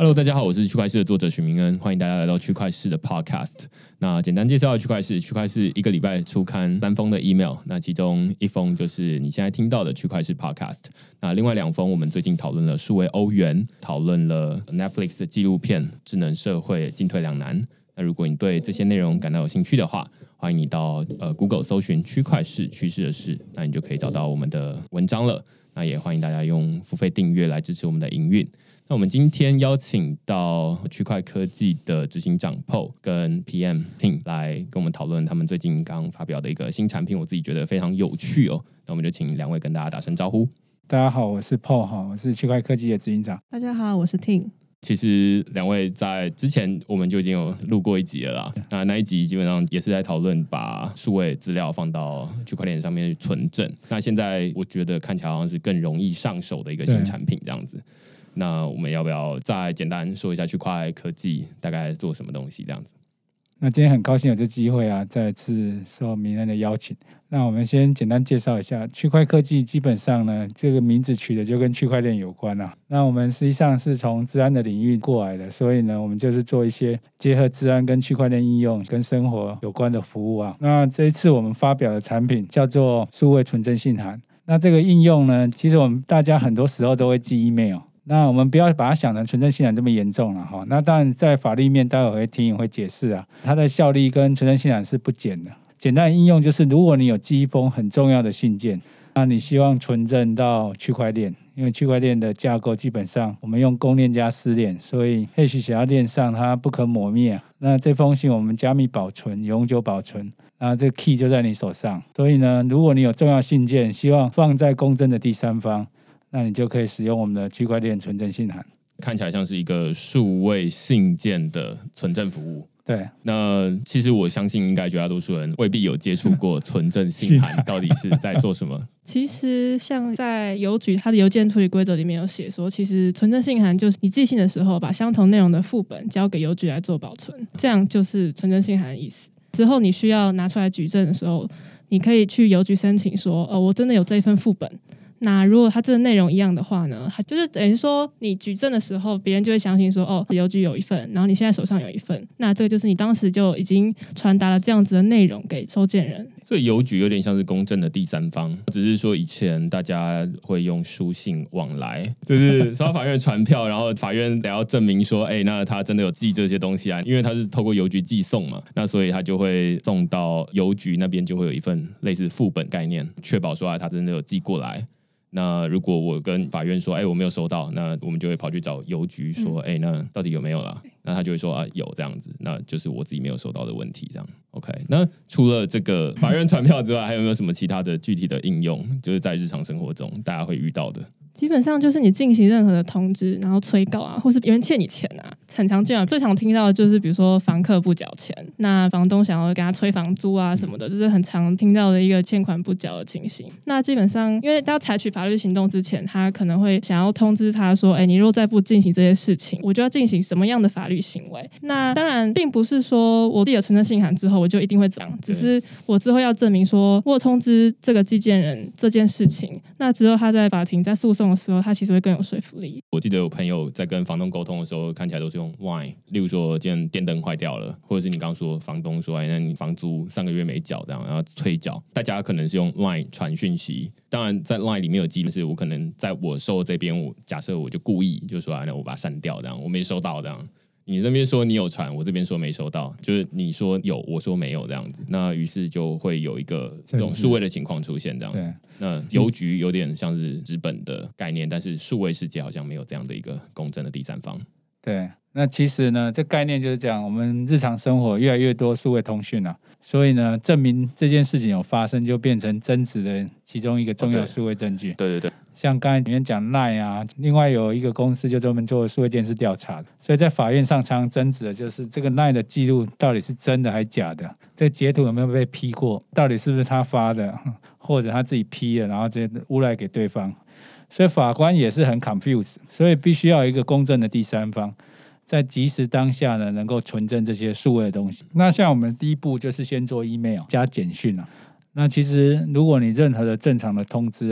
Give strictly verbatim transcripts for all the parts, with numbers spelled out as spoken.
Hello， 大家好，我是区块市的作者许明恩，欢迎大家来到区块市的 Podcast。那简单介绍区块市，区块市一个礼拜出刊三封的 email， 那其中一封就是你现在听到的区块市 Podcast， 那另外两封我们最近讨论了数位欧元，讨论了 Netflix 的纪录片《智能社会进退两难》。那如果你对这些内容感到有兴趣的话，欢迎你到呃 Google 搜寻区块市趋势的事，那你就可以找到我们的文章了。那也欢迎大家用付费订阅来支持我们的营运。那我们今天邀请到区块科技的执行长 Paul 跟 P M Team 来跟我们讨论他们最近刚发表的一个新产品，我自己觉得非常有趣哦。那我们就请两位跟大家打声招呼。 大家好，我是 Paul， 我是区块科技的执行长。 大家好，我是 Team。 其实两位在之前我们就已经有录过一集了啦，那那一集基本上也是在讨论把数位资料放到区块链上面去存证。那现在我觉得看起来好像是更容易上手的一个新产品这样子。那我们要不要再简单说一下区块科技大概做什么东西这样子？ 那今天很高兴有这机会啊，再次受明恩的邀请。那我们先简单介绍一下区块科技，基本上呢，这个名字取的就跟区块链有关啊。那我们实际上是从资安的领域过来的，所以呢，我们就是做一些结合资安跟区块链应用、跟生活有关的服务啊。那这一次我们发表的产品叫做数位存证信函。那这个应用呢，其实我们大家很多时候都会寄 email。那我们不要把它想成存证信函这么严重了哈。那当然在法律面待会会听也会解释啊，它的效力跟存证信函是不减的。简单的应用就是，如果你有寄一封很重要的信件，那你希望存证到区块链，因为区块链的架构基本上我们用公链加私链，所以 hash 写到链上它不可磨灭。那这封信我们加密保存，永久保存，那这个 key 就在你手上。所以呢，如果你有重要信件希望放在公证的第三方，那你就可以使用我们的区块链存证信函。 看起来像是一个数位信件的存证服务。 对， 那其实我相信应该绝大多数人未必有接触过存证信函到底是在做什么。 其实像在邮局它的邮件处理规则里面有写说，其实存证信函就是你寄信的时候把相同内容的副本交给邮局来做保存，这样就是存证信函的意思。之后你需要拿出来举证的时候，你可以去邮局申请说，呃，我真的有这一份副本。那如果它这个内容一样的话呢，它就是等于说你举证的时候，别人就会相信说，哦，邮局有一份，然后你现在手上有一份，那这个就是你当时就已经传达了这样子的内容给收件人。 所以邮局有点像是公证的第三方，只是说以前大家会用书信往来，就是收到法院传票，然后法院得要证明说，哎、欸，那他真的有寄这些东西啊，因为他是透过邮局寄送嘛，那所以他就会送到邮局那边，就会有一份类似副本概念，确保说他真的有寄过来。那如果我跟法院说，哎、欸，我没有收到，那我们就会跑去找邮局说，哎、嗯欸，那到底有没有啦？那他就会说啊，有这样子，那就是我自己没有收到的问题，这样 OK。那除了这个法院传票之外，还有没有什么其他的具体的应用，就是在日常生活中大家会遇到的？ 基本上就是你进行任何的通知，然后催告啊，或是别人欠你钱啊，很常见啊。最常听到的就是比如说房客不缴钱，那房东想要给他催房租啊什么的，这是很常听到的一个欠款不缴的情形。那基本上因为要采取法律行动之前，他可能会想要通知他说，哎，你若再不进行这些事情，我就要进行什么样的法律行为。那当然并不是说我递了存证信函之后我就一定会这样，只是我之后要证明说我通知这个寄件人这件事情，那之后他在法庭在诉讼的时候，他其实会更有说服力。 我记得有朋友在跟房东沟通的时候，看起来都是用 Line， 例如说今天电灯坏掉了，或者是你刚刚说房东说，哎，那你房租上个月没缴，这样然后催缴，大家可能是用 Line 传讯息。当然在 Line 里面有记录，是我可能在我收这边，我假设我就故意就说，那我把它删掉，这样我没收到这样。你这边说你有传，我这边说没收到，就是你说有，我说没有这样子，那于是就会有一个这种数位的情况出现这样子。那邮局有点像是纸本的概念，但是数位世界好像没有这样的一个公正的第三方。 对，那其实呢，这概念就是这样，我们日常生活越来越多数位通讯了，所以呢，证明这件事情有发生，就变成真实的其中一个重要数位证据。 哦、对, 对对对。 像刚才里面讲 Line 啊，另外有一个公司就专门做数位监视调查的，所以在法院上常常争执的就是这个 Line 的记录到底是真的还是假的，这个截图有没有被P过，到底是不是他发的，或者他自己 P 了，然后直接诬赖给对方，所以法官也是很 confused， 所以必须要有一个公正的第三方，在即时当下呢能够存证这些数位的东西。那像我们第一步就是先做 email 加简讯啊，那其实如果你任何的正常的通知啊，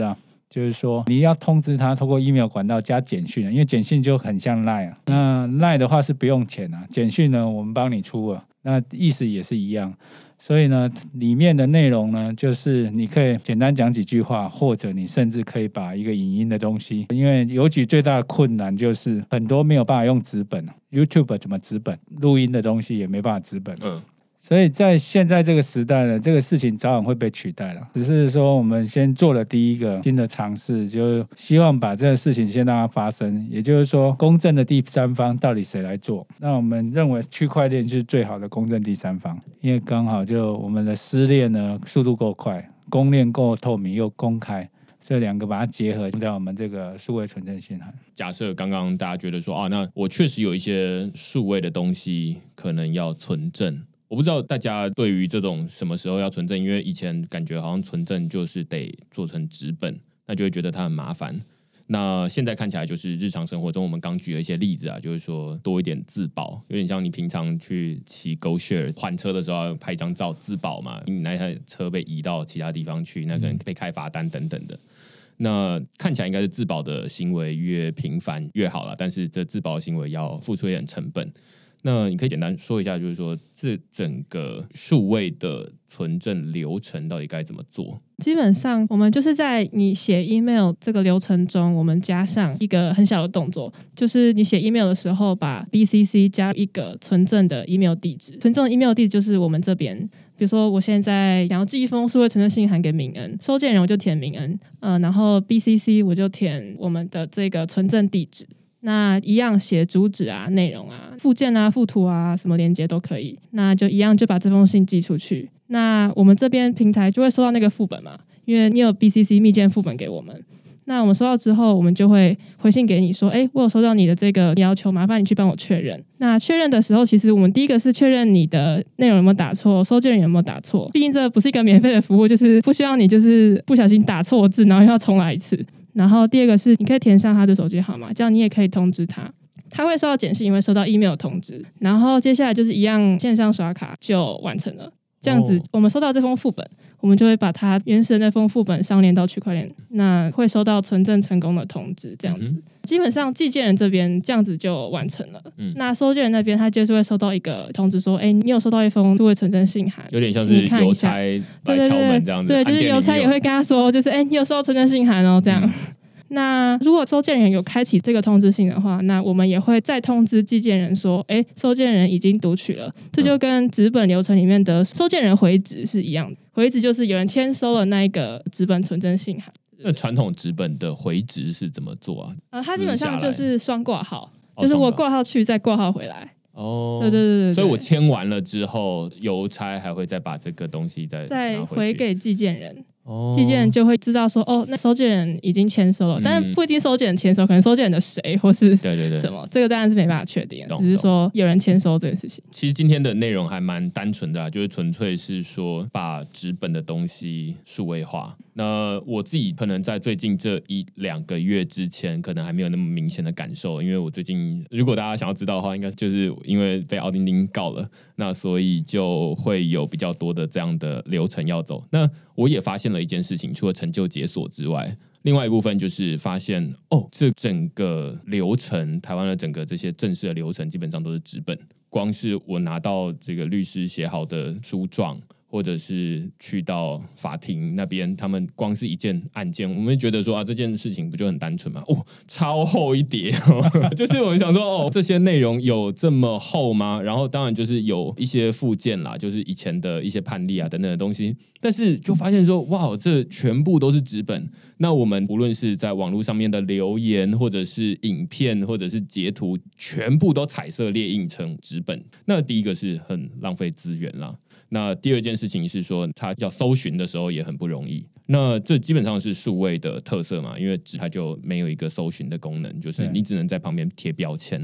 就是说你要通知他透过 email 管道加简讯，因为简讯就很像 Line 啊，那 Line 的话是不用钱啊，简讯呢我们帮你出了，那意思也是一样。所以呢，里面的内容呢，就是你可以简单讲几句话，或者你甚至可以把一个影音的东西，因为邮局最大的困难就是很多没有办法用纸本 ，YouTube 怎么纸本，录音的东西也没办法纸本。嗯。所以在现在这个时代呢，这个事情早晚会被取代了。只是说我们先做了第一个新的尝试，就希望把这个事情先让它发生。也就是说，公正的第三方到底谁来做？那我们认为区块链是最好的公正第三方，因为刚好就我们的私链呢速度够快，公链够透明又公开。这两个把它结合在我们这个数位存证信函。 假设刚刚大家觉得说啊，那我确实有一些数位的东西可能要存证。我不知道大家对于这种什么时候要存证，因为以前感觉好像存证就是得做成纸本，那就会觉得它很麻烦。那现在看起来就是日常生活中，我们刚举了一些例子啊，就是说多一点自保，有点像你平常去骑 GoShare 换车的时候要拍一张照自保嘛，你那台车被移到其他地方去，那可能被开罚单等等的。那看起来应该是自保的行为越频繁越好啦，但是这自保的行为要付出一点成本。那你可以简单说一下，就是说这整个数位的存证流程到底该怎么做？ 基本上我们就是在你写 email 这个流程中，我们加上一个很小的动作，就是你写 email 的时候把 B C C 加一个存证的 email 地址，存证的 email 地址就是我们这边，比如说我现在想要寄一封数位存证信函给明恩，收件人我就填明恩，呃，然后 B C C 我就填我们的这个存证地址。那一样写主旨啊、内容啊、附件啊、附图啊，什么连结都可以。那就一样就把这封信寄出去。那我们这边平台就会收到那个副本嘛，因为你有 B C C 密件副本给我们。那我们收到之后，我们就会回信给你说，哎，我有收到你的这个要求，麻烦你去帮我确认。那确认的时候，其实我们第一个是确认你的内容有没有打错，收件人有没有打错。毕竟这不是一个免费的服务，就是不希望你就是不小心打错字，然后又要重来一次。然后第二个是你可以填上他的手机号码，这样你也可以通知他，他会收到简讯，也会收到 email 通知。然后接下来就是一样线上刷卡就完成了。这样子我们收到这封副本，我们就会把它原始的那封副本上连到区块链，那会收到存证成功的通知。这样子、嗯、基本上寄件人这边这样子就完成了、嗯、那收件人那边他就是会收到一个通知说，哎，你有收到一封数位存证信函， 有点像是邮差来敲门这样子。 对对对，就是邮差也会跟他说，就是哎，你有收到存证信函哦，这样、嗯。那如果收件人有开启这个通知信的话，那我们也会再通知寄件人说，哎，收件人已经读取了。这就跟纸本流程里面的收件人回执是一样的，回执就是有人签收了那一个纸本存证信函。 那传统纸本的回执是怎么做啊？ 呃，它基本上就是双挂号，就是我挂号去再挂号回来。 哦， 对对 对, 对, 对， 所以我签完了之后，邮差还会再把这个东西再再回给寄件人。哦、寄件人就会知道说，哦，那收件人已经签收了、嗯，但是不一定收件人签收，可能收件人的谁或是对对对什么，这个当然是没办法确定，只是说有人签收这件事情。 其实今天的内容还蛮单纯的啦，就是纯粹是说把纸本的东西数位化。那我自己可能在最近这一两个月之前，可能还没有那么明显的感受，因为我最近如果大家想要知道的话，应该就是因为被奥丁丁告了，那所以就会有比较多的这样的流程要走。那我也发现了一件事情，除了成就解锁之外，另外一部分就是发现哦，这整个流程，台湾的整个这些正式的流程基本上都是纸本，光是我拿到这个律师写好的书状，或者是去到法庭那边，他们光是一件案件，我们觉得说啊，这件事情不就很单纯吗？哦，超厚一叠、哦，就是我们想说，哦，这些内容有这么厚吗？然后当然就是有一些附件啦，就是以前的一些判例啊等等的东西，但是就发现说，哇，这全部都是纸本。那我们无论是在网络上面的留言，或者是影片，或者是截图，全部都彩色列印成纸本。那第一个是很浪费资源啦。那第二件事情是说，它要搜寻的时候也很不容易。那这基本上是数位的特色嘛，因为纸它就没有一个搜寻的功能，就是你只能在旁边贴标签。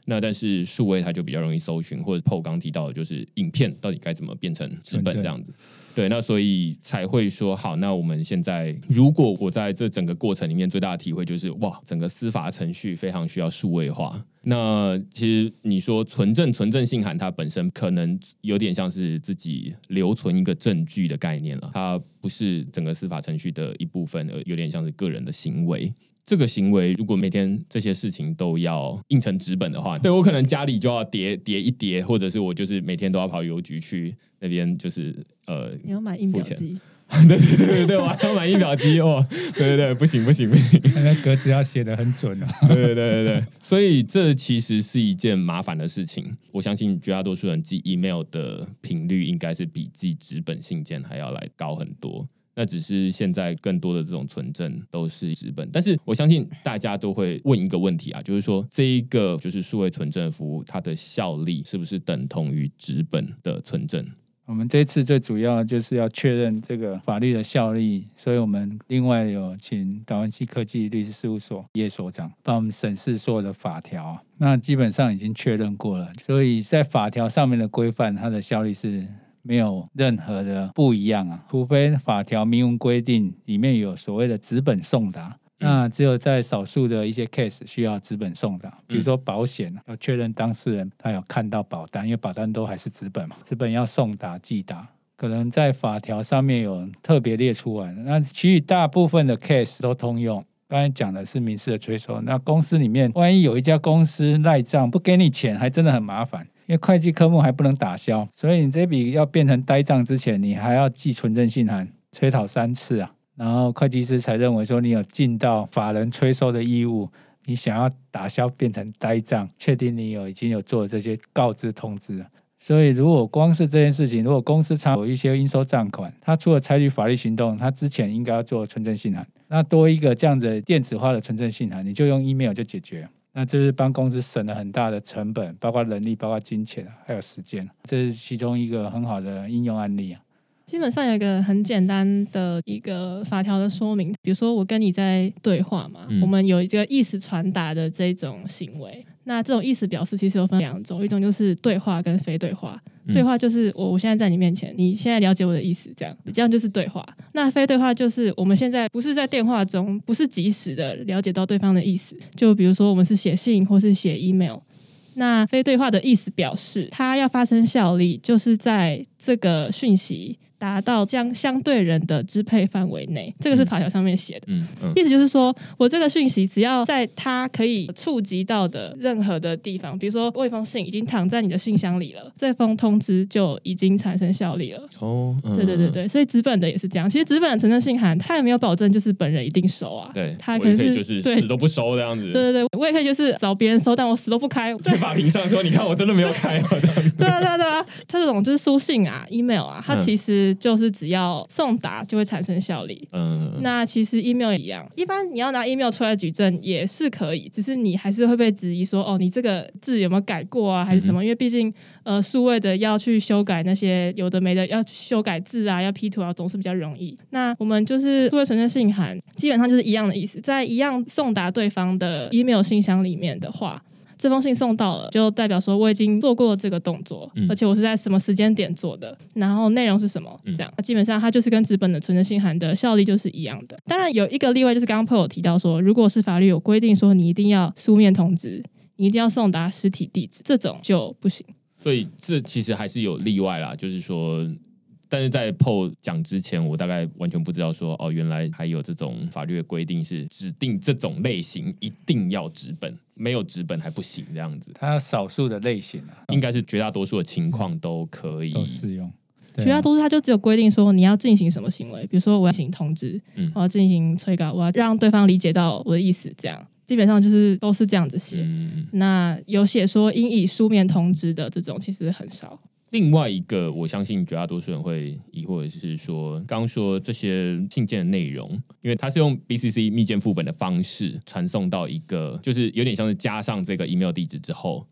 那但是数位它就比较容易搜寻，或者 Paul 刚提到的就是影片到底该怎么变成纸本这样子。对，那所以才会说好，那我们现在如果我在这整个过程里面最大的体会就是哇，整个司法程序非常需要数位化。那其实你说存证存证信函它本身可能有点像是自己留存一个证据的概念了，它不是整个司法程序的一部分，而有点像是个人的行为。这个行为如果每天这些事情都要印成纸本的话，对我可能家里就要叠叠一叠，或者是我就是每天都要跑邮局去那边就是呃， 你要买印表机。 对对对对对，我还要买印表机哦。对对对，不行不行不行， 那格子要写得很准哦。 对对对对对，所以这其实是一件麻烦的事情。我相信绝大多数人寄 email 的频率应该是比寄纸本信件还要来高很多。那只是现在更多的这种存证都是纸本，但是我相信大家都会问一个问题啊，就是说这一个就是数位存证服务，它的效力是不是等同于纸本的存证？ 我们这一次最主要就是要确认这个法律的效力，所以我们另外有请达文西科技律师事务所叶所长帮我们审视所有的法条，那基本上已经确认过了，所以在法条上面的规范，它的效力是没有任何的不一样啊，除非法条明文规定里面有所谓的纸本送达，那只有在少数的一些 case 需要纸本送达，比如说保险要确认当事人他有看到保单，因为保单都还是纸本嘛，纸本要送达寄达，可能在法条上面有特别列出来，那其余大部分的 case 都通用。刚才讲的是民事的催收，那公司里面万一有一家公司赖账不给你钱，还真的很麻烦，因为会计科目还不能打消，所以你这笔要变成呆账之前，你还要寄存证信函催讨三次啊，然后会计师才认为说你有尽到法人催收的义务，你想要打消变成呆账，确定你有已经有做这些告知通知了。所以如果光是这件事情，如果公司常有一些应收账款，他除了采取法律行动，他之前应该要做存证信函，那多一个这样子电子化的存证信函，你就用 email 就解决了，那这是帮公司省了很大的成本，包括人力包括金钱还有时间，这是其中一个很好的应用案例啊。 基本上有一个很简单的一个法条的说明，比如说我跟你在对话嘛、嗯、我们有一个意思传达的这种行为，那这种意思表示其实有分两种，一种就是对话跟非对话。对话就是我我现在在你面前，你现在了解我的意思，这样这样就是对话。那非对话就是我们现在不是在电话中，不是及时的了解到对方的意思，就比如说我们是写信或是写 email， 那非对话的意思表示它要发生效力，就是在这个讯息达到将相对人的支配范围内，这个是法条上面写的、嗯嗯、意思就是说我这个讯息只要在它可以触及到的任何的地方，比如说我一封信已经躺在你的信箱里了，这封通知就已经产生效力了。哦，嗯、对对对对，所以纸本的也是这样。其实纸本的存证信函它也没有保证就是本人一定收啊， 对， 他可能是我也可以就是死都不收这样子。 对对对，我也可以就是找别人收，但我死都不开， 去法庭上说你看我真的没有开啊。 对啊对啊对啊，它这种就是书信啊 email 啊，它其实就是只要送达就会产生效力。嗯，那其实 email 也一样，一般你要拿 email 出来举证也是可以，只是你还是会被质疑说哦，你这个字有没有改过啊，还是什么？嗯、因为毕竟呃，数位的要去修改那些有的没的，要修改字啊，要 P 图啊，总是比较容易。那我们就是数位存证信函，基本上就是一样的意思，在一样送达对方的 email 信箱里面的话。这封信送到了，就代表说我已经做过了这个动作、嗯、而且我是在什么时间点做的，然后内容是什么、嗯、这样基本上它就是跟纸本的存证信函的效力就是一样的。当然有一个例外，就是刚刚 Paul 有提到说，如果是法律有规定说你一定要书面通知，你一定要送达实体地址，这种就不行。 所以这其实还是有例外啦，就是说但是在 Paul 讲之前，我大概完全不知道说哦，原来还有这种法律的规定是指定这种类型一定要纸本，没有纸本还不行这样子。 它少数的类型啊， 应该是绝大多数的情况都可以都适用。 绝大多数它就只有规定说你要进行什么行为，比如说我要进行通知、嗯、我要进行催告，我要让对方理解到我的意思，这样基本上就是都是这样子写、嗯、那有写说应以书面通知的这种其实很少。 另外一个我相信绝大多数人会疑惑的是说，刚刚说这些信件的内容，因为它是用 B C C 密件副本的方式传送到一个，就是有点像是加上这个 email 地址之后，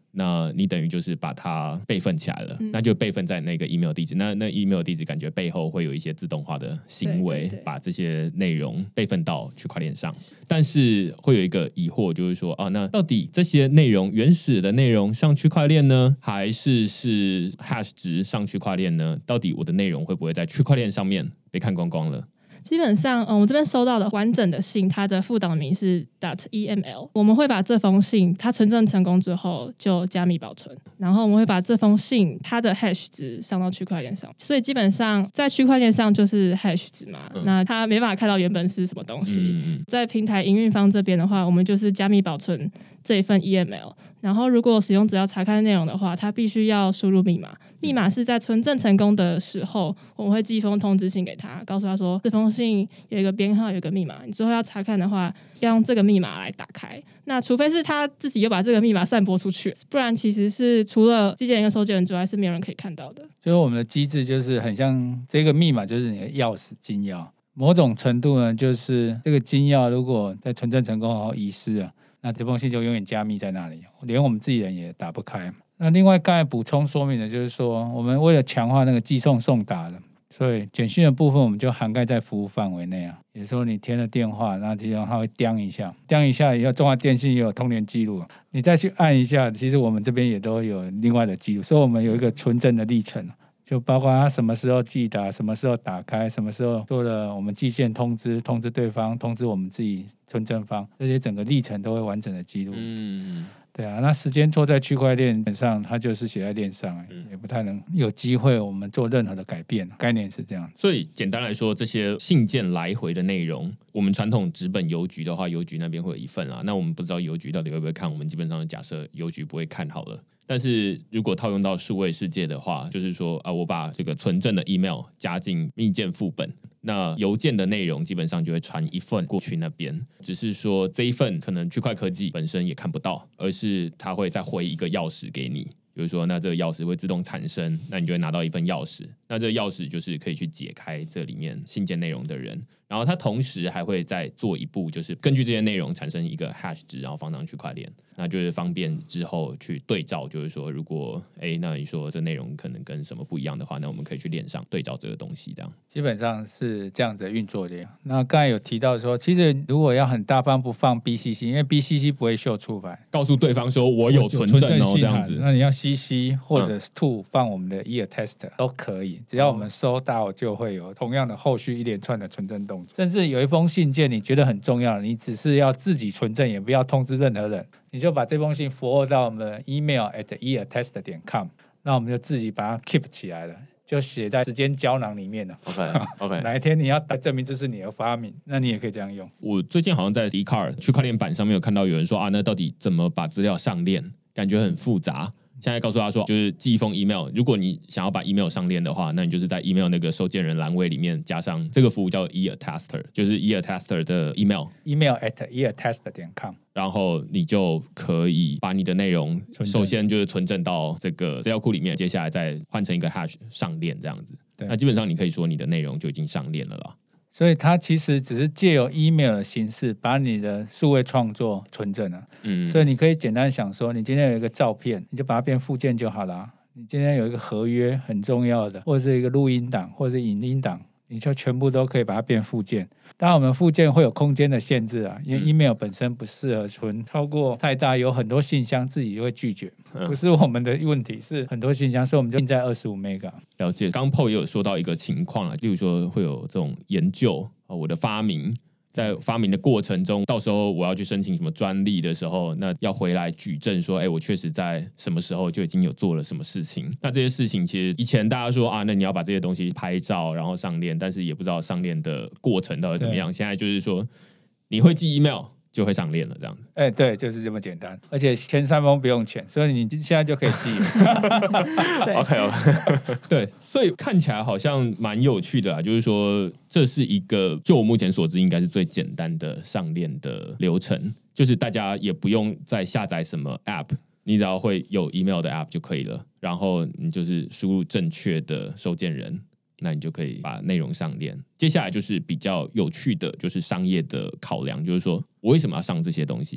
那你等于就是把它备份起来了， 嗯、 那就备份在那个 email 地址。那那 email 地址感觉背后会有一些自动化的行为， 对对对把这些内容备份到区块链上。但是会有一个疑惑，就是说啊，那到底这些内容原始的内容上区块链呢，还是是 hash 值上区块链呢？到底我的内容会不会在区块链上面被看光光了？ 基本上，嗯，我这边收到的完整的信，它的副档名是 .eml， 我们会把这封信它存证成功之后就加密保存，然后我们会把这封信它的 hash 值上到区块链上，所以基本上在区块链上就是 hash 值嘛，嗯、那它没办法看到原本是什么东西。嗯、在平台营运方这边的话，我们就是加密保存这一份 E M L， 然后如果使用者要查看内容的话，他必须要输入密码，密码是在存证成功的时候，我们会寄一封通知信给他，告诉他说这封信有一个编号，有一个密码，你之后要查看的话，要用这个密码来打开。那除非是他自己又把这个密码散播出去，不然其实是除了寄件人跟收件人之外，是没有人可以看到的。 就是我们的机制就是很像这个密码就是你的钥匙金钥，某种程度呢，就是这个金钥如果在存证成功后遗失了，那这封信就永远加密在那里，连我们自己人也打不开。那另外刚才补充说明的就是说，我们为了强化那个寄送送达的，所以简讯的部分我们就涵盖在服务范围内啊。也就是说你填了电话，那其实它会叮一下，叮一下以后中华电信也有通联记录，你再去按一下，其实我们这边也都有另外的记录，所以我们有一个存证的历程。就包括他什么时候寄达，什么时候打开，什么时候做了我们寄件通知，通知对方，通知我们自己存证方，这些整个历程都会完整的记录。嗯，对啊，那时间错在区块链上，它就是写在链上，嗯、也不太能有机会我们做任何的改变。概念是这样。 所以简单来说，这些信件来回的内容，我们传统纸本邮局的话，邮局那边会有一份啦。那我们不知道邮局到底会不会看，我们基本上假设邮局不会看好了。但是如果套用到数位世界的话，就是说啊，我把这个存证的 email 加进密件副本，那邮件的内容基本上就会传一份过去那边，只是说这一份可能区块科技本身也看不到，而是它会再回一个钥匙给你。比如说，那这个钥匙会自动产生，那你就会拿到一份钥匙。那这个钥匙就是可以去解开这里面信件内容的人，然后它同时还会再做一步，就是根据这些内容产生一个 hash 值，然后放上区块链，那就是方便之后去对照。就是说，如果哎，那你说这内容可能跟什么不一样的话，那我们可以去链上对照这个东西，这样基本上是这样子的运作的。那刚才有提到说，其实如果要很大方不放 B C C， 因为 B C C 不会秀出来， 告诉对方说我有存证哦，这样子， 那你要 C C 或者 two 放我们的 e-attest 都可以，只要我们收到就会有同样的后续一连串的存证动作。甚至有一封信件你觉得很重要，你只是要自己存证，也不要通知任何人，你就把这封信 forward 到我们的 email at e-attest 点 com， 那我们就自己把它 keep 起来了，就写在时间胶囊里面了。 OK OK， 哪一天你要证明这是你的发明，那你也可以这样用。 我最近好像在 Dcard 区块链版上面有看到有人说啊，那到底怎么把资料上链？感觉很复杂。现在告诉他说，就是寄一封 email， 如果你想要把 email 上链的话，那你就是在 email 那个收件人栏位里面加上这个服务叫 e-attester， 就是 e-attester 的 email email at e-attest 点 com， 然后你就可以把你的内容首先就是存证到这个资料库里面，接下来再换成一个 hash 上链这样子。那基本上你可以说你的内容就已经上链了啦。 所以它其实只是借由 email 的形式把你的数位创作存证了。嗯，所以你可以简单想说，你今天有一个照片，你就把它变附件就好了。你今天有一个合约很重要的，或者是一个录音档，或者是影音档，你就全部都可以把它变附件。当然我们附件会有空间的限制啊，因为 email 本身不适合存超过太大，有很多信箱自己就会拒绝，不是我们的问题，是很多信箱，所以我们就定在二十五 mega。 了解。刚 Paul 也有说到一个情况了，例如说会有这种研究，我的发明在发明的过程中，到时候我要去申请什么专利的时候，那要回来举证说，哎，我确实在什么时候就已经有做了什么事情。那这些事情其实以前大家说啊，那你要把这些东西拍照然后上链，但是也不知道上链的过程到底怎么样。现在就是说，你会寄 email 就会上链了，这样子。 哎、欸，对，就是这么简单，而且前三封不用钱，所以你现在就可以寄了。 OK OK， 对，所以看起来好像蛮有趣的啦，就是说这是一个就我目前所知应该是最简单的上链的流程，就是大家也不用再下载什么 App， 你只要会有 email 的 App 就可以了，然后你就是输入正确的收件人，那你就可以把内容上链。接下来就是比较有趣的，就是商业的考量，就是说我为什么要上这些东西？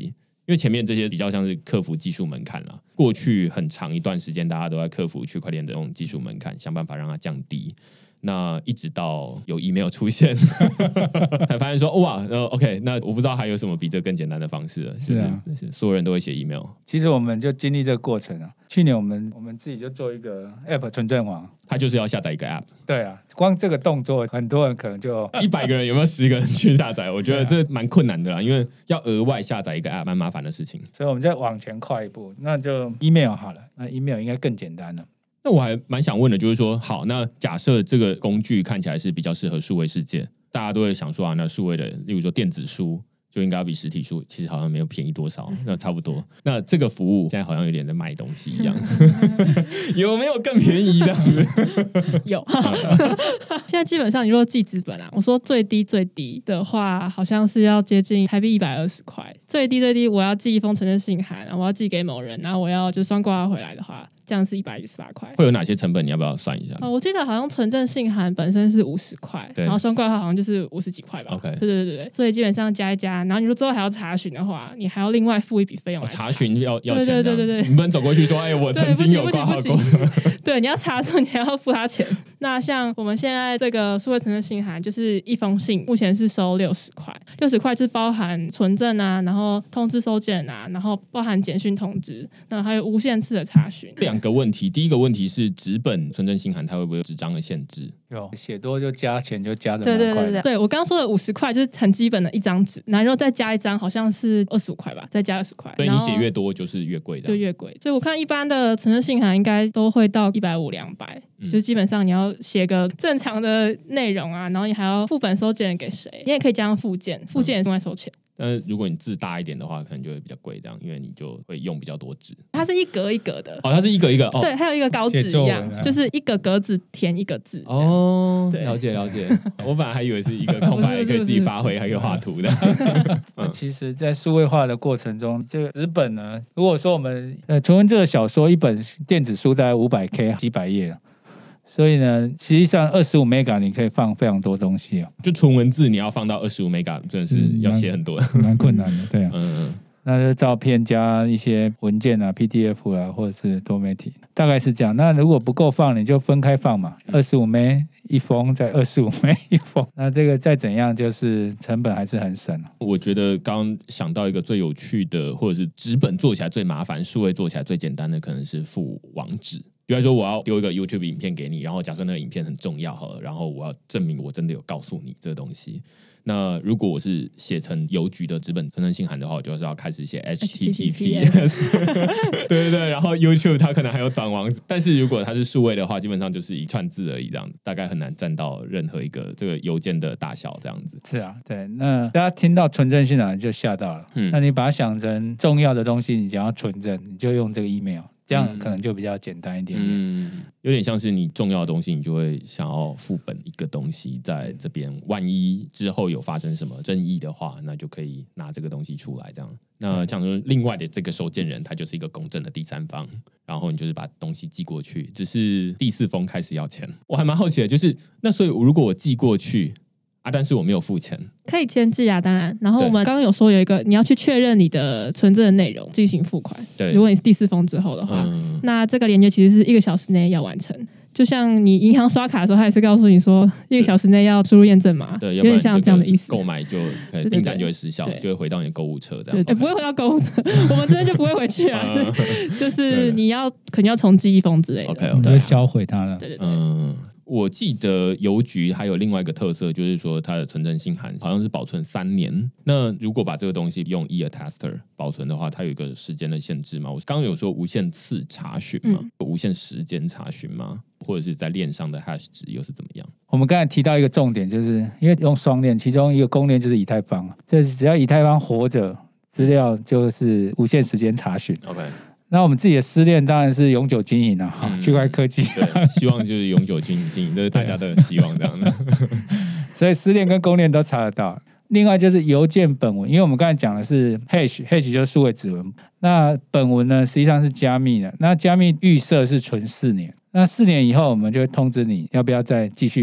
因为前面这些比较像是克服技术门槛啦，过去很长一段时间大家都在克服区块链的这种技术门槛，想办法让它降低。那一直到有 email 出现才发现说哇、呃、OK， 那我不知道还有什么比这更简单的方式了。是啊，就是所有人都会写 email。其实我们就经历这个过程啊。去年我们我们自己就做一个 app 存证网， 它就是要下载一个 app。 对啊，光这个动作，很多人可能就一百个人有没有十个人去下载？我觉得这蛮困难的啦，因为要额外下载一个 app， 蛮麻烦的事情。 所以我们再往前跨一步，那就 email 好了。那 email 应该更简单了。 那我还蛮想问的，就是说，好，那假设这个工具看起来是比较适合数位世界，大家都会想说啊，那数位的，例如说电子书，就应该要比实体书，其实好像没有便宜多少，那差不多。那这个服务现在好像有点在卖东西一样，有没有更便宜的？ 有，现在基本上你如果寄纸本啊，我说最低最低的话，好像是要接近台币一百二十块，最低最低我要寄一封承认信函，我要寄给某人，然后我要就双挂回来的话。这样是一百一十八块， 会有哪些成本？你要不要算一下？ 哦，我记得好像存证信函本身是五十块，然后双挂号好像就是五十几块吧。 OK， 对对对对，所以基本上加一加，然后你说之后还要查询的话，你还要另外付一笔费用来查。 哦、查询要要钱， 对对对对对， 你不能走过去说，哎、欸，我曾经有挂号过。 对，你要查的时候你还要付他钱。那像我们现在这个数位存证信函，就是一封信，目前是收六十块，六十块是包含存证啊，然后通知收件啊，然后包含简讯通知，那还有无限次的查询。 两个问题，第一个问题是纸本存证信函它会不会有纸张的限制？ 有，写多就加钱就加的蛮快的。对对对对，对我刚刚说的五十块就是很基本的一张纸，然后再加一张好像是二十五块吧，再加二十块。 所以你写越多就是越贵的， 就越贵。所以我看一般的存证信函应该都会到一百五两百，就基本上你要写个正常的内容啊，然后你还要副本收件给谁，你也可以加上附件，附件也是另外收钱。 但是如果你字大一点的话，可能就会比较贵，这样，因为你就会用比较多纸。 它是一格一格的， 哦，它是一格一格，哦、 对，还有一个稿纸一样，就是一个格子填一个字。 哦，了解了解。我本来还以为是一个空白，可以自己发挥，还可以画图的。 嗯、其实，在数位化的过程中，这个纸本呢，如果说我们呃纯文这个小说一本电子书大概五百 K 几百页。所以呢，实际上二十五 mega 你可以放非常多东西哦。 就纯文字你要放到二十五 mega， 真的是要写很多， 蛮困难的，对啊。 嗯， 那就照片加一些文件啊 ，P D F 啊，或者是多媒体，大概是这样。那如果不够放，你就分开放嘛，二十五 M 一封，再二十五 M 一封。那这个再怎样，就是成本还是很省。 我觉得刚刚想到一个最有趣的，或者是纸本做起来最麻烦，数位做起来最简单的，可能是附网址。比如说我要丢一个 YouTube 影片给你，然后假设那个影片很重要好了，然后我要证明我真的有告诉你这个东西。那如果我是写成邮局的纸本存证信函的话，我就是要开始写 H T T P S， 对对对，然后 YouTube 它可能还有短网址，但是如果它是数位的话，基本上就是一串字而已，这样子大概很难占到任何一个这个邮件的大小，这样子。 是啊，对。那大家听到存证信函就吓到了，嗯，那你把它想成重要的东西，你想要存证，你就用这个 email。这样可能就比较简单一点点， 嗯，有点像是你重要的东西，你就会想要副本一个东西在这边，万一之后有发生什么争议的话，那就可以拿这个东西出来，这样。那像说另外的这个收件人，他就是一个公正的第三方，然后你就是把东西寄过去，只是第四封开始要钱。我还蛮好奇的，就是那所以如果我寄过去。啊！但是我没有付钱， 可以签字啊，当然。然后我们刚刚有说有一个，你要去确认你的存证的内容，进行付款。对，如果你是第四封之后的话，嗯、那这个连接其实是一个小时内要完成。就像你银行刷卡的时候，它也是告诉你说一个小时内要输入验证码， 对， 有点像这样的意思。 购买就订单就会失效，就会回到你的购物车这样。 对，不会回到购物车，我们这边就不会回去啊。就是你要肯定要重寄一封之类的， OK， 我们就销毁它了。 对对对。 嗯，我记得邮局还有另外一个特色，就是说它的存证信函好像是保存三年。那如果把这个东西用 e-attester 保存的话，它有一个时间的限制吗？我刚刚有说无限次查询吗？嗯、无限时间查询吗？或者是在链上的 hash 值又是怎么样？ 我们刚才提到一个重点，就是因为用双链，其中一个公链就是以太坊，就是只要以太坊活着，资料就是无限时间查询。 OK。 那我们自己的私链当然是永久经营啊，嗯、区块科技， 对，希望就是永久经营，这是大家的希望这样的。 所以私链跟公链都查得到。另外就是邮件本文，因为我们刚才讲的是 hash，hash 就是数位指纹，那本文呢实际上是加密的，那加密预设是存四年，那四年以后我们就会通知你要不要再继续放。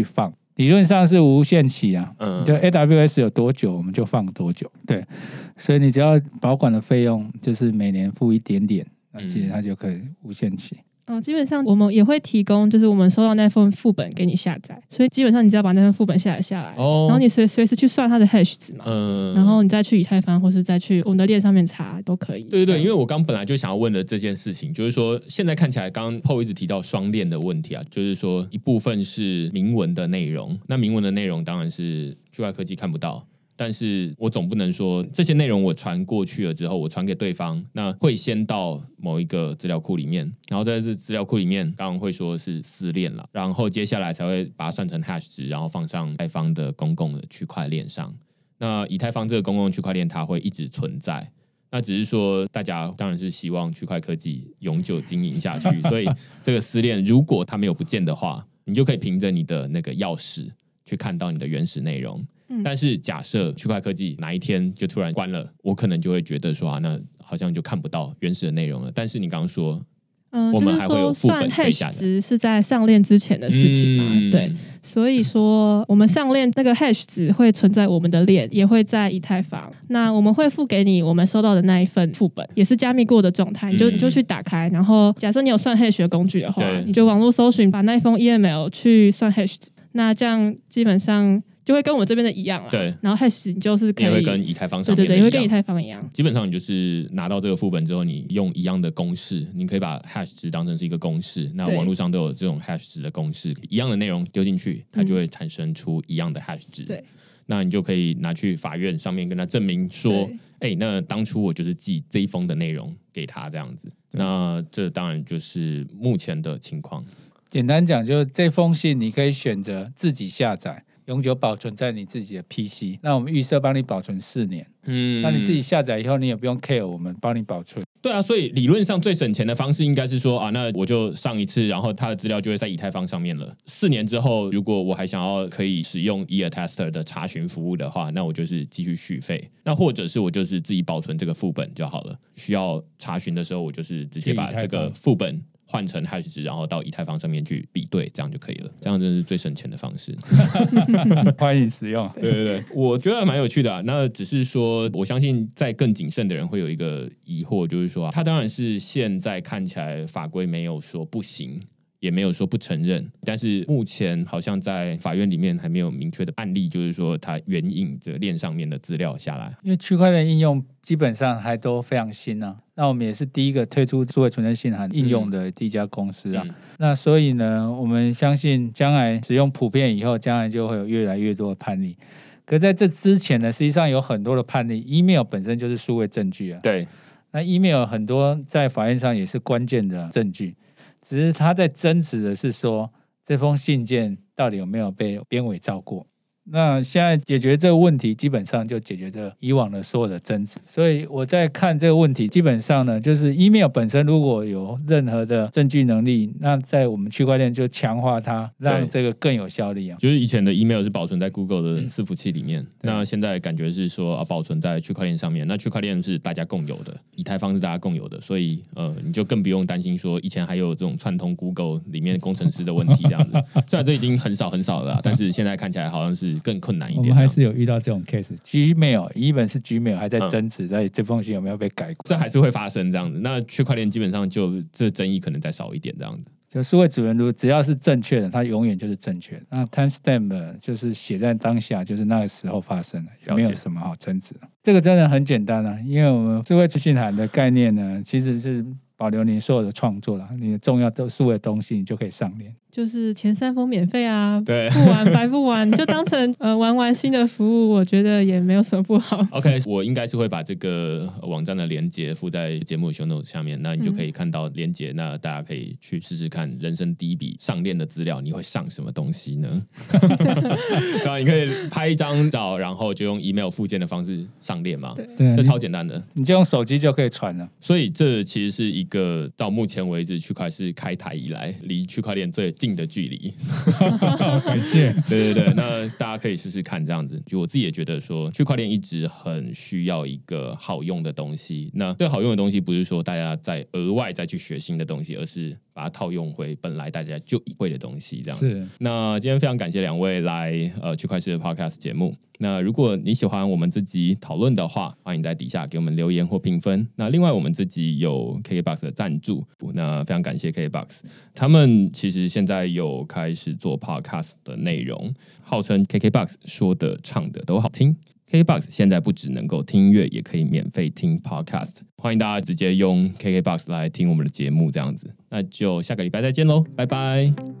理论上是无限期啊， 嗯， 就 A W S 有多久我们就放多久，对，所以你只要保管的费用就是每年付一点点，那其实它就可以无限期。 嗯，基本上我们也会提供，就是我们收到那份副本给你下载，所以基本上你只要把那份副本下载下来，哦、然后你随随时去算它的 hash 值嘛，嗯，然后你再去以太坊或是再去我们的链上面查都可以。 对对对，因为我刚本来就想要问的这件事情，就是说现在看起来，刚刚 Paul 一直提到双链的问题啊，就是说一部分是明文的内容，那明文的内容当然是区块科技看不到。但是我总不能说这些内容我传过去了之后，我传给对方，那会先到某一个资料库里面，然后在这资料库里面，刚刚会说是私链了，然后接下来才会把它算成 hash 值，然后放上以太坊的公共的区块链上。那以太坊这个公共区块链它会一直存在，那只是说大家当然是希望区块科技永久经营下去，所以这个私链如果它没有不见的话，你就可以凭着你的那个钥匙去看到你的原始内容。但是假设区块科技哪一天就突然关了，我可能就会觉得说啊，那好像就看不到原始的内容了。但是你刚刚说， 嗯、呃， 我们还会有副本可以下载， 就是说算 hash 值是在上链之前的事情嘛？嗯、对，所以说我们上链那个 hash 值会存在我们的链，也会在以太坊。那我们会付给你我们收到的那一份副本，也是加密过的状态，你就你就去打开，然后假设你有算 hash 的工具的话，你就网络搜寻，把那一封 E M L 去算 hash 值，那这样基本上就会跟我们这边的一样了，对。然后 hash 你就是可以， 也会跟以太坊上面的一样， 对对对，也会跟以太坊一样。 基本上你就是拿到这个副本之后，你用一样的公式，你可以把 hash 值当成是一个公式。那网络上都有这种 hash 值的公式，一样的内容丢进去，它就会产生出一样的 hash 值。对。那你就可以拿去法院上面跟他证明说，哎、欸，那当初我就是寄这一封的内容给他这样子。那这当然就是目前的情况。 简单讲，就这封信你可以选择自己下载，永久保存在你自己的 P C。那我们预设帮你保存四年，嗯，那你自己下载以后，你也不用 care 我们帮你保存。 对啊，所以理论上最省钱的方式应该是说啊，那我就上一次，然后它的资料就会在以太坊上面了。四年之后，如果我还想要可以使用 eAttester 的查询服务的话，那我就是继续续费。那或者是我就是自己保存这个副本就好了。需要查询的时候，我就是直接把这个副本换成 hash 值，然后到以太坊上面去比对，这样就可以了。这样真的是最省钱的方式。 欢迎使用。 对对对，我觉得蛮有趣的啊。那只是说，我相信在更谨慎的人会有一个疑惑，就是说、啊，他当然是现在看起来法规没有说不行，也没有说不承认，但是目前好像在法院里面还没有明确的案例，就是说它援引着链上面的资料下来。 因为区块链应用基本上还都非常新啊，那我们也是第一个推出数位存证信函应用的第一家公司啊、嗯、那所以呢，我们相信将来使用普遍以后，将来就会有越来越多的判例。可在这之前呢，实际上有很多的判例 ，email 本身就是数位证据啊。 对， 那 email 很多在法院上也是关键的证据，只是他在争执的是说这封信件到底有没有被编伪造过。那现在解决这个问题，基本上就解决这以往的所有的争执。所以我在看这个问题，基本上呢，就是 email 本身如果有任何的证据能力，那在我们区块链就强化它，让这个更有效力啊。 就是以前的 email 是保存在 Google 的伺服器里面，嗯、那现在感觉是说、啊、保存在区块链上面。那区块链是大家共有的，以太坊是大家共有的，所以呃，你就更不用担心说以前还有这种串通 Google 里面工程师的问题这样子。虽然这已经很少很少了，但是现在看起来好像是更困难一点。 我们还是有遇到这种 case，Gmail 一本是 Gmail 还在争执，在、嗯、这封信有没有被改过， 这还是会发生这样子。那区块链基本上就这争议可能再少一点这样子。 就数位主人如只要是正确的，它永远就是正确的。那 timestamp 就是写在当下，就是那个时候发生的，也没有什么好争执的。这个真的很简单啊，因为我们数位信函的概念呢，其实是保留你所有的创作啦，你的重要的数位东西，你就可以上链。 就是前三封免费啊， 对， 不玩白不玩，就当成呃玩玩新的服务，我觉得也没有什么不好。 OK， 我应该是会把这个网站的连结附在节目的 show notes 下面，那你就可以看到连结、嗯，那大家可以去试试看，人生第一笔上链的资料，你会上什么东西呢？然后你可以拍一张照，然后就用 email 附件的方式上链嘛，对，这超简单的， 你就用手机就可以传了。 所以这其实是一个到目前为止区块市开台以来离区块链最近的距离。 感谢。 对对对，那大家可以试试看这样子。就我自己也觉得说，区块链一直很需要一个好用的东西。那这好用的东西不是说大家再额外再去学新的东西，而是把它套用回本来大家就会的东西，这样是。 那今天非常感谢两位来呃区块市的 podcast 节目。那如果你喜欢我们这集讨论的话，欢迎在底下给我们留言或评分。那另外我们这集有 K K B O X 的赞助，那非常感谢 K K B O X， 他们其实现在有开始做 podcast 的内容，号称 K K B O X 说的唱的都好听。K K B O X 现在不只能够听音乐，也可以免费听 podcast， 欢迎大家直接用 K K B O X 来听我们的节目，这样子。那就下个礼拜再见喽，拜拜。